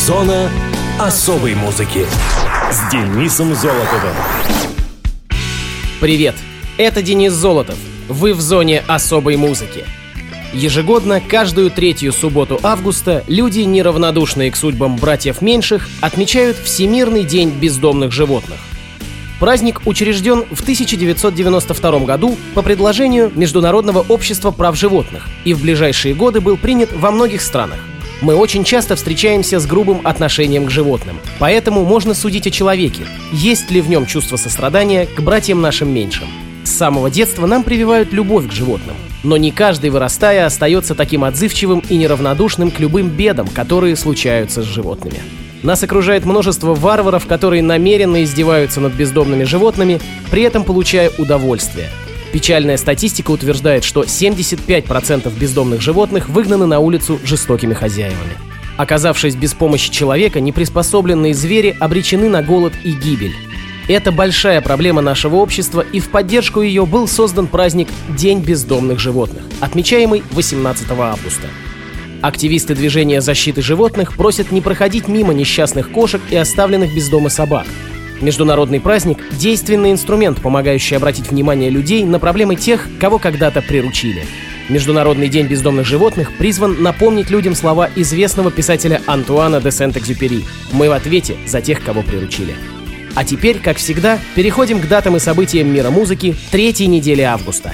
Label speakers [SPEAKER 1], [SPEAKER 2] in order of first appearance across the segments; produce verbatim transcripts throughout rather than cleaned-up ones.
[SPEAKER 1] Зона особой музыки с Денисом Золотовым.
[SPEAKER 2] Привет, это Денис Золотов. Вы в зоне особой музыки. Ежегодно, каждую третью субботу августа, люди, неравнодушные к судьбам братьев меньших, отмечают Всемирный день бездомных животных. Праздник учрежден в тысяча девятьсот девяносто втором году по предложению Международного общества прав животных и в ближайшие годы был принят во многих странах. Мы очень часто встречаемся с грубым отношением к животным, поэтому можно судить о человеке, есть ли в нем чувство сострадания к братьям нашим меньшим. С самого детства нам прививают любовь к животным, но не каждый, вырастая, остается таким отзывчивым и неравнодушным к любым бедам, которые случаются с животными. Нас окружает множество варваров, которые намеренно издеваются над бездомными животными, при этом получая удовольствие. Печальная статистика утверждает, что семьдесят пять процентов бездомных животных выгнаны на улицу жестокими хозяевами. Оказавшись без помощи человека, неприспособленные звери обречены на голод и гибель. Это большая проблема нашего общества, и в поддержку ее был создан праздник День бездомных животных, отмечаемый восемнадцатого августа. Активисты движения защиты животных просят не проходить мимо несчастных кошек и оставленных без дома собак. Международный праздник – действенный инструмент, помогающий обратить внимание людей на проблемы тех, кого когда-то приручили. Международный день бездомных животных призван напомнить людям слова известного писателя Антуана де Сент-Экзюпери «Мы в ответе за тех, кого приручили». А теперь, как всегда, переходим к датам и событиям мира музыки третьей недели августа.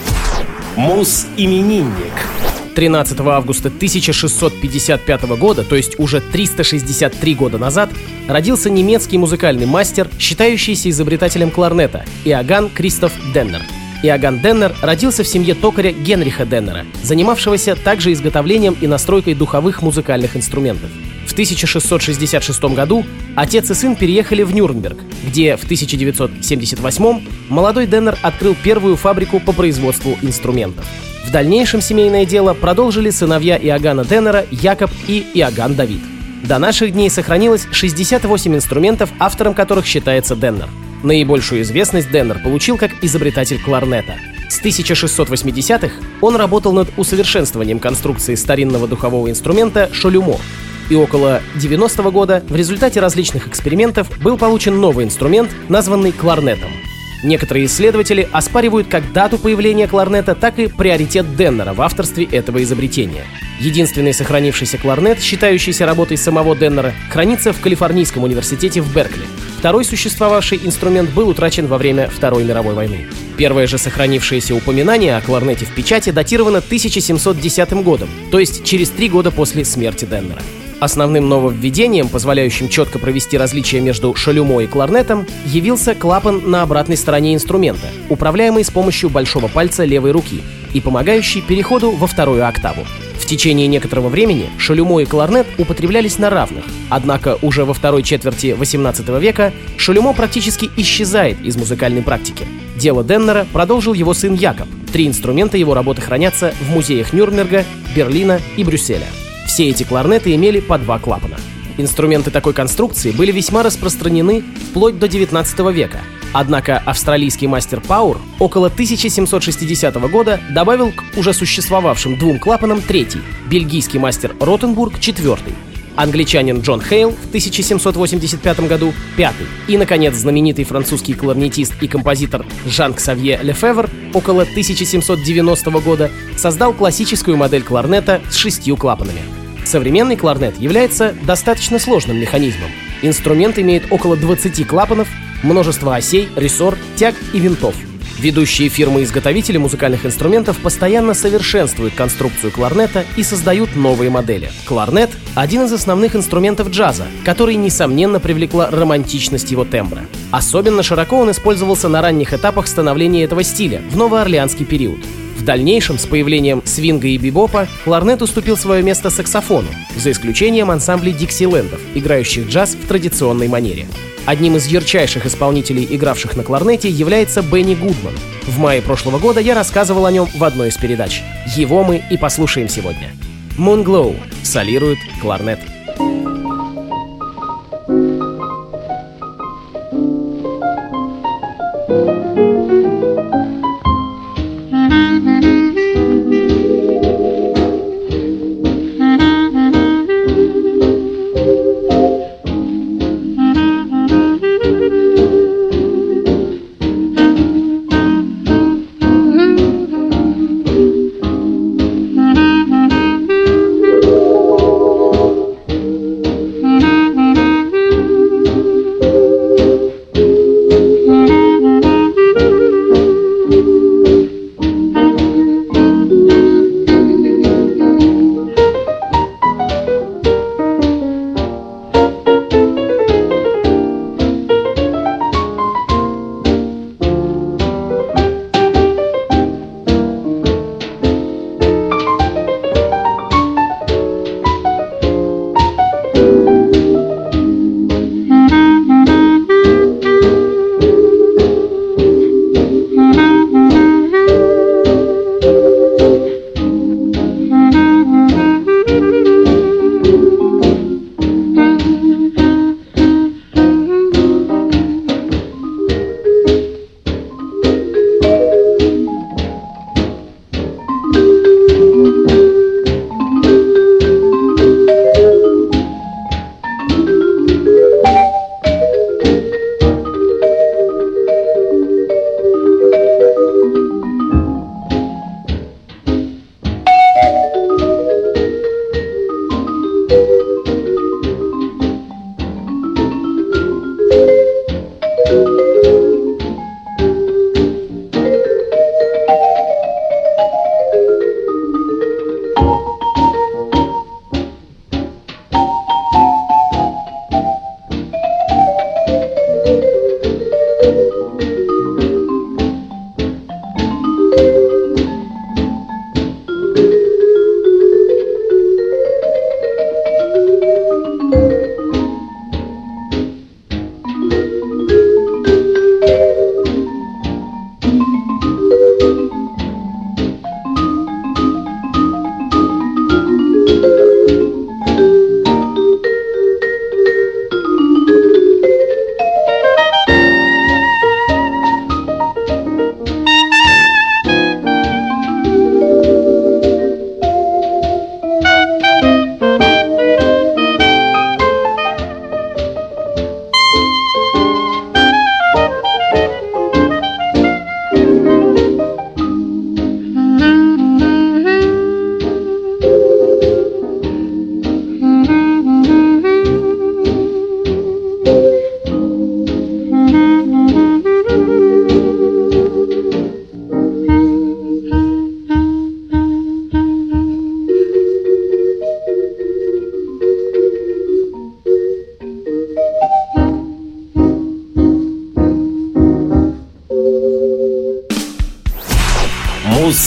[SPEAKER 1] Мус-именинник.
[SPEAKER 2] тринадцатого августа тысяча шестьсот пятьдесят пятого года, то есть уже триста шестьдесят три года назад, родился немецкий музыкальный мастер, считающийся изобретателем кларнета, Иоганн Кристоф Деннер. Иоганн Деннер родился в семье токаря Генриха Деннера, занимавшегося также изготовлением и настройкой духовых музыкальных инструментов. В тысяча шестьсот шестьдесят шестом году отец и сын переехали в Нюрнберг, где в тысяча девятьсот семьдесят восьмом молодой Деннер открыл первую фабрику по производству инструментов. В дальнейшем семейное дело продолжили сыновья Иоганна Деннера Якоб и Иоганн Давид. До наших дней сохранилось шестьдесят восемь инструментов, автором которых считается Деннер. Наибольшую известность Деннер получил как изобретатель кларнета. С тысяча шестьсот восьмидесятых он работал над усовершенствованием конструкции старинного духового инструмента шолюмо. И около девяностого года в результате различных экспериментов был получен новый инструмент, названный кларнетом. Некоторые исследователи оспаривают как дату появления кларнета, так и приоритет Деннера в авторстве этого изобретения. Единственный сохранившийся кларнет, считающийся работой самого Деннера, хранится в Калифорнийском университете в Беркли. Второй существовавший инструмент был утрачен во время Второй мировой войны. Первое же сохранившееся упоминание о кларнете в печати датировано тысяча семьсот десятым годом, то есть через три года после смерти Деннера. Основным нововведением, позволяющим четко провести различия между шолюмо и кларнетом, явился клапан на обратной стороне инструмента, управляемый с помощью большого пальца левой руки и помогающий переходу во вторую октаву. В течение некоторого времени шолюмо и кларнет употреблялись на равных, однако уже во второй четверти восемнадцатого века шолюмо практически исчезает из музыкальной практики. Дело Деннера продолжил его сын Якоб. Три инструмента его работы хранятся в музеях Нюрнберга, Берлина и Брюсселя. Все эти кларнеты имели по два клапана. Инструменты такой конструкции были весьма распространены вплоть до девятнадцатого века. Однако австралийский мастер Пауэр около тысяча семьсот шестидесятого года добавил к уже существовавшим двум клапанам третий, бельгийский мастер Ротенбург — четвертый, англичанин Джон Хейл в тысяча семьсот восемьдесят пятом году — пятый и, наконец, знаменитый французский кларнетист и композитор Жан-Ксавье Лефевр около тысяча семьсот девяностого года создал классическую модель кларнета с шестью клапанами. Современный кларнет является достаточно сложным механизмом. Инструмент имеет около двадцати клапанов, множество осей, рессор, тяг и винтов. Ведущие фирмы-изготовители музыкальных инструментов постоянно совершенствуют конструкцию кларнета и создают новые модели. Кларнет — один из основных инструментов джаза, который, несомненно, привлекла романтичность его тембра. Особенно широко он использовался на ранних этапах становления этого стиля, в новоорлеанский период. В дальнейшем, с появлением свинга и бибопа, кларнет уступил свое место саксофону, за исключением ансамблей диксилендов, играющих джаз в традиционной манере. Одним из ярчайших исполнителей, игравших на кларнете, является Бенни Гудман. В мае прошлого года я рассказывал о нем в одной из передач. Его мы и послушаем сегодня. Moonglow солирует кларнет.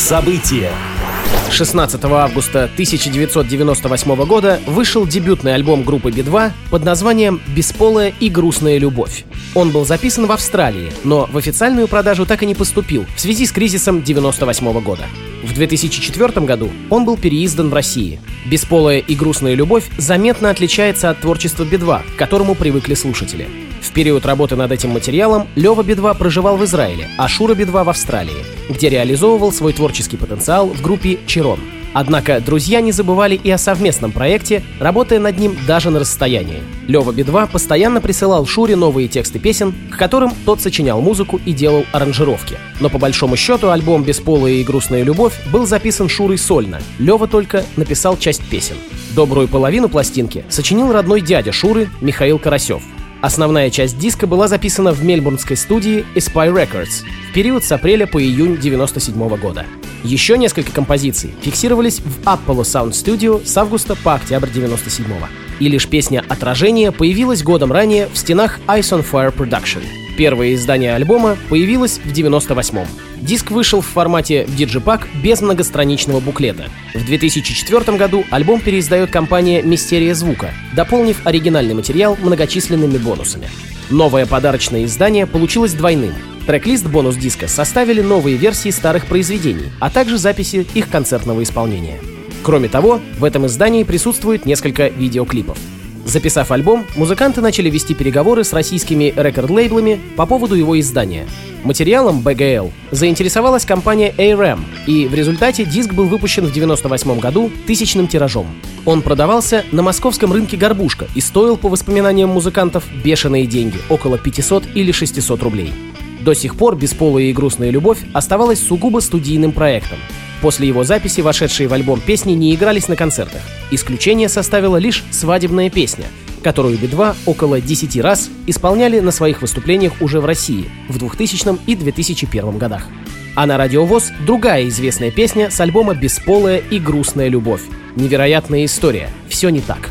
[SPEAKER 1] События.
[SPEAKER 2] шестнадцатого августа тысяча девятьсот девяносто восьмого года вышел дебютный альбом группы би два под названием «Бесполая и грустная любовь». Он был записан в Австралии, но в официальную продажу так и не поступил в связи с кризисом девяносто восьмого года. В две тысячи четвёртом году он был переиздан в России. «Бесполая и грустная любовь» заметно отличается от творчества би два, к которому привыкли слушатели. В период работы над этим материалом Лёва би два проживал в Израиле, а Шура би два в Австралии, где реализовывал свой творческий потенциал в группе «Чирон». Однако друзья не забывали и о совместном проекте, работая над ним даже на расстоянии. Лёва би два постоянно присылал Шуре новые тексты песен, к которым тот сочинял музыку и делал аранжировки. Но по большому счету альбом «Бесполая и грустная любовь» был записан Шурой сольно, Лёва только написал часть песен. Добрую половину пластинки сочинил родной дядя Шуры Михаил Карасев. Основная часть диска была записана в мельбурнской студии Espy Records в период с апреля по июнь девяносто седьмого года. Еще несколько композиций фиксировались в Apollo Sound Studio с августа по октябрь девяносто седьмого. И лишь песня «Отражение» появилась годом ранее в стенах Ice on Fire Production. Первое издание альбома появилось в девяносто восьмом. Диск вышел в формате диджипак без многостраничного буклета. В две тысячи четвёртом году альбом переиздает компания «Мистерия звука», дополнив оригинальный материал многочисленными бонусами. Новое подарочное издание получилось двойным. Трек-лист бонус-диска составили новые версии старых произведений, а также записи их концертного исполнения. Кроме того, в этом издании присутствует несколько видеоклипов. Записав альбом, музыканты начали вести переговоры с российскими рекорд-лейблами по поводу его издания. Материалом би джи эл заинтересовалась компания эй эр эм, и в результате диск был выпущен в девяносто восьмом году тысячным тиражом. Он продавался на московском рынке «Горбушка» и стоил, по воспоминаниям музыкантов, бешеные деньги – около пятисот или шестисот рублей. До сих пор «Бесполая и грустная любовь» оставалась сугубо студийным проектом. После его записи вошедшие в альбом песни не игрались на концертах. Исключение составила лишь «Свадебная песня», которую би два около десяти раз исполняли на своих выступлениях уже в России в двухтысячном и две тысячи первом годах. А на Радио ВОС другая известная песня с альбома «Бесполая и грустная любовь». Невероятная история. Все не так.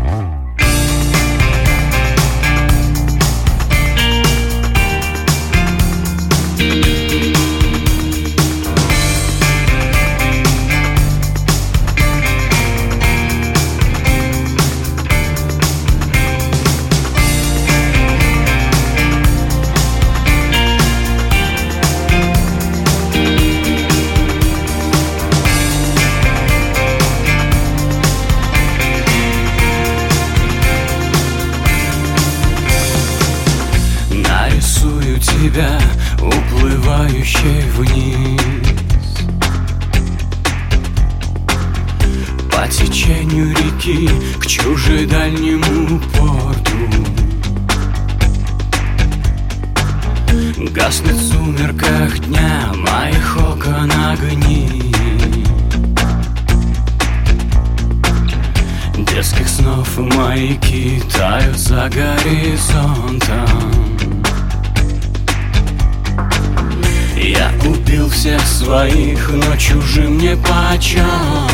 [SPEAKER 3] Тебя, уплывающей вниз по течению реки к чужедальнему порту. Гаснет в сумерках дня моих окон огни, детских снов маяки тают за горизонтом. Я убил всех своих, но чужим нипочем.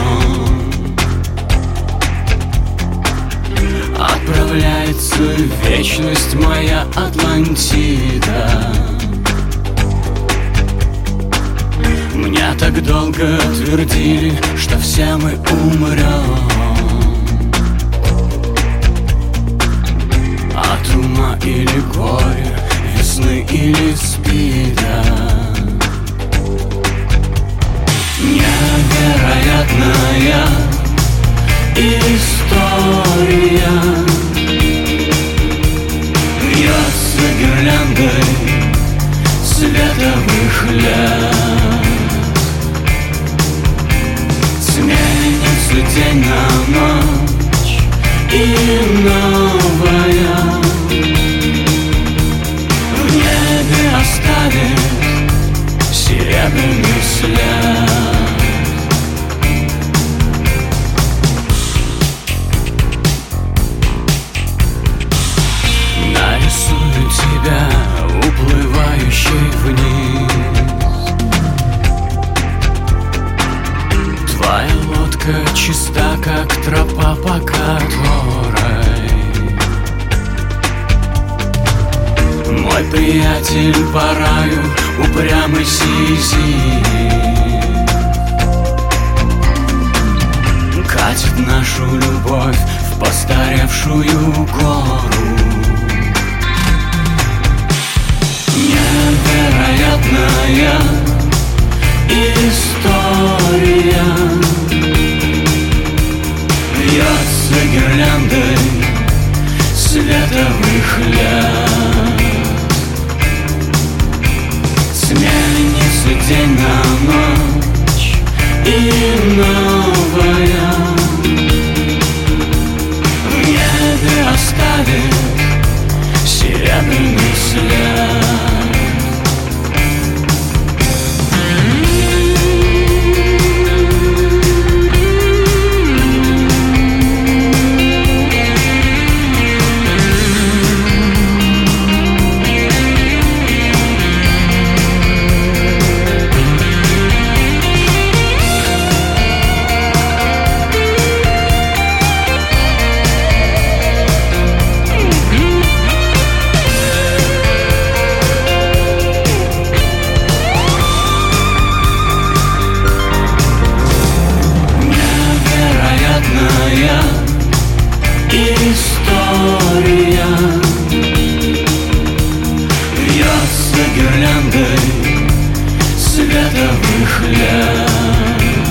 [SPEAKER 3] Отправляется в вечность моя Атлантида. Мне так долго твердили, что все мы умрем от ума или горя, весны или спида. Невероятная история вьется гирляндой световых лет. Сменится день на ночь и новая в небе оставит серебряный след. Нарисую тебя, уплывающей вниз. Твоя лодка чиста, как тропа, по которой мой приятель по раю упрямый сизиф нашу любовь в постаревшую гору. Невероятная история вьется гирляндой световых лет. Сменится день на ночь и новая в небе оставит серебряный след. История вьется гирляндой световых лет.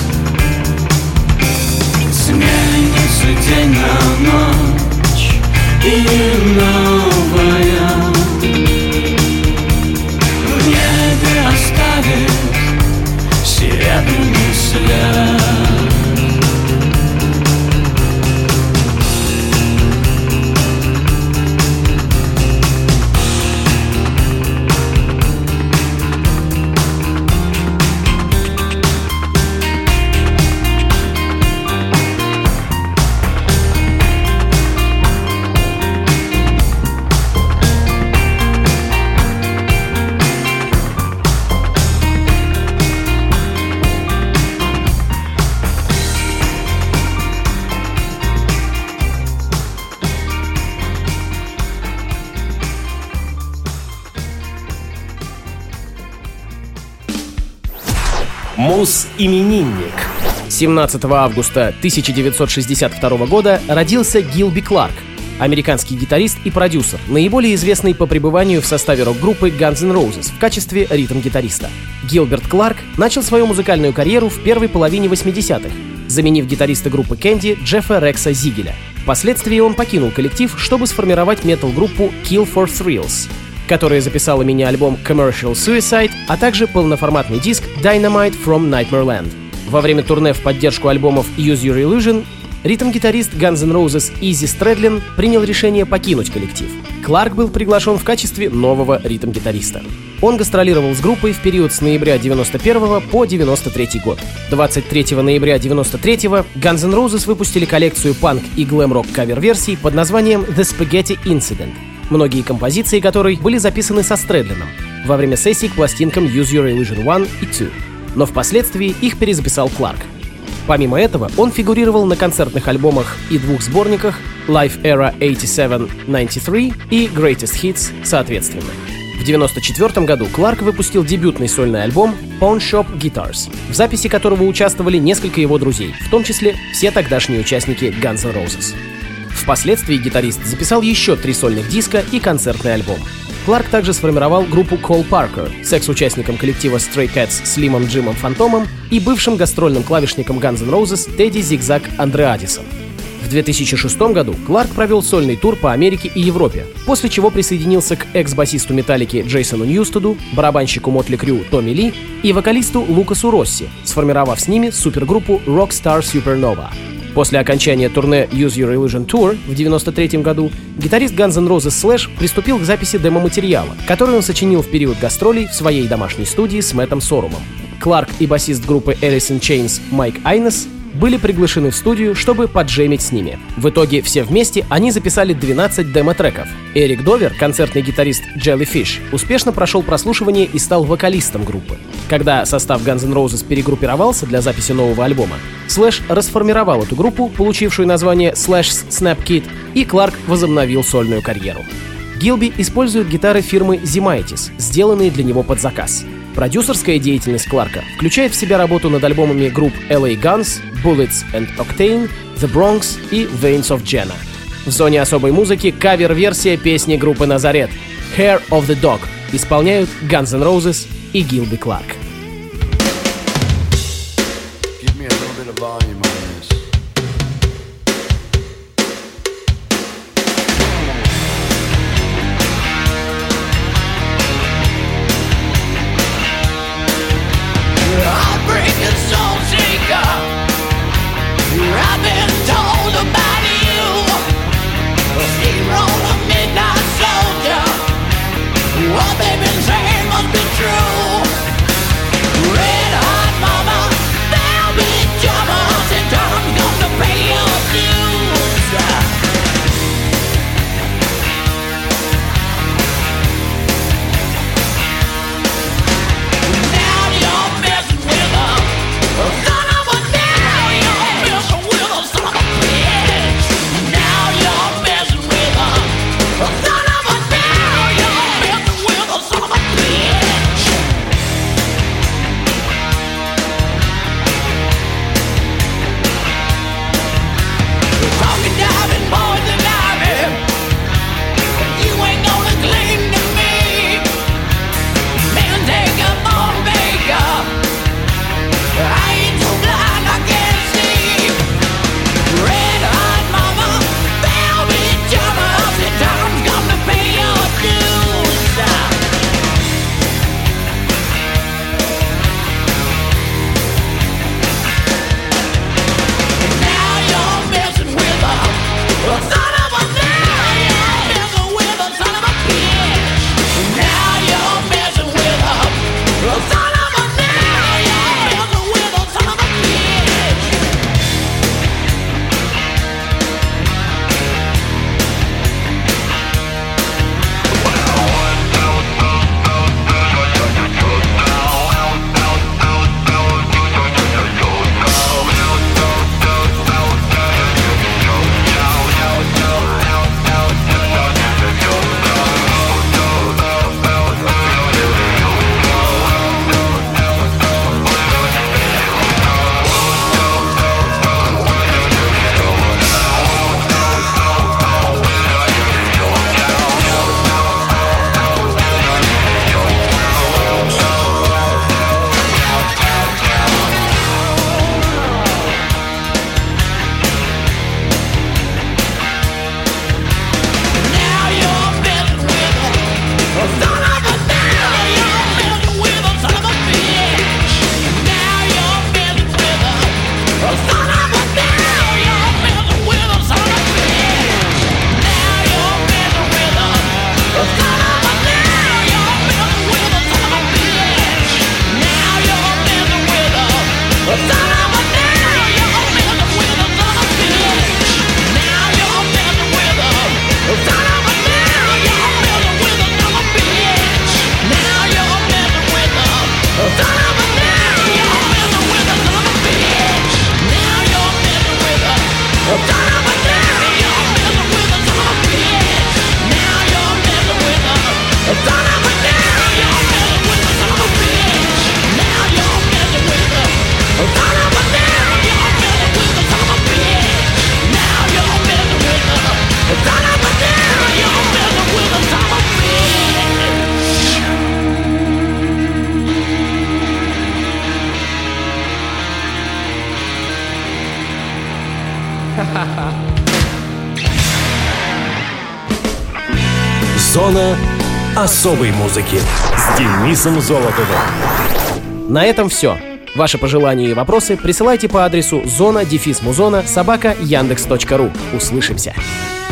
[SPEAKER 3] Сменится день на ночь и новая в небе оставит серебряный след.
[SPEAKER 1] Муз-именинник.
[SPEAKER 2] семнадцатого августа тысяча девятьсот шестьдесят второго года родился Гилби Кларк, американский гитарист и продюсер, наиболее известный по пребыванию в составе рок-группы Guns N' Roses в качестве ритм-гитариста. Гилберт Кларк начал свою музыкальную карьеру в первой половине восьмидесятых, заменив гитариста группы Candy Джеффа Рекса Зигеля. Впоследствии он покинул коллектив, чтобы сформировать метал-группу Kill for Thrills, которая записала мини-альбом Commercial Suicide, а также полноформатный диск Dynamite from Nightmare Land. Во время турне в поддержку альбомов Use Your Illusion ритм-гитарист Guns N' Roses Изи Стрэдлин принял решение покинуть коллектив. Кларк был приглашен в качестве нового ритм-гитариста. Он гастролировал с группой в период с ноября девяносто первого по девяносто третий год. двадцать третьего ноября девяносто третьего Guns N' Roses выпустили коллекцию панк и глэм-рок кавер-версий под названием The Spaghetti Incident, многие композиции которой были записаны со Стрэдлином во время сессий к пластинкам Use Your Illusion один и два, но впоследствии их перезаписал Кларк. Помимо этого, он фигурировал на концертных альбомах и двух сборниках Live Era восемьдесят семь девяносто три и Greatest Hits соответственно. В девяносто четвёртом году Кларк выпустил дебютный сольный альбом Pawn Shop Guitars, в записи которого участвовали несколько его друзей, в том числе все тогдашние участники Guns N' Roses. Впоследствии гитарист записал еще три сольных диска и концертный альбом. Кларк также сформировал группу Cole Parker с экс-участником коллектива Stray Cats Слимом Джимом Фантомом и бывшим гастрольным клавишником Guns N' Roses Тедди Зигзаг Андреадисом. В две тысячи шестом году Кларк провел сольный тур по Америке и Европе, после чего присоединился к экс-басисту Металлики Джейсону Ньюстеду, барабанщику Мотли Крю Томми Ли и вокалисту Лукасу Росси, сформировав с ними супергруппу Rockstar Supernova. После окончания турне Use Your Illusion Tour в девяносто третьем году гитарист Guns N' Roses Slash приступил к записи демо-материала, который он сочинил в период гастролей в своей домашней студии с Мэттом Сорумом. Кларк и басист группы Alice in Chains Майк Айнес были приглашены в студию, чтобы поджемить с ними. В итоге все вместе они записали двенадцать демо-треков. Эрик Довер, концертный гитарист Jellyfish, успешно прошел прослушивание и стал вокалистом группы. Когда состав Guns N' Roses перегруппировался для записи нового альбома, Slash расформировал эту группу, получившую название Slash's Snap Kid, и Кларк возобновил сольную карьеру. Гилби использует гитары фирмы Zemaitis, сделанные для него под заказ. Продюсерская деятельность Кларка включает в себя работу над альбомами групп эл эй Guns, Bullets and Octane, The Bronx и Veins of Jenna. В зоне особой музыки кавер-версия песни группы Nazareth «Hair of the Dog» исполняют Guns N' Roses и Gilby Clarke.
[SPEAKER 1] Зона особой музыки с Денисом Золотовым.
[SPEAKER 2] На этом все. Ваши пожелания и вопросы присылайте по адресу зона дефис музона собака яндекс точка ру. Услышимся.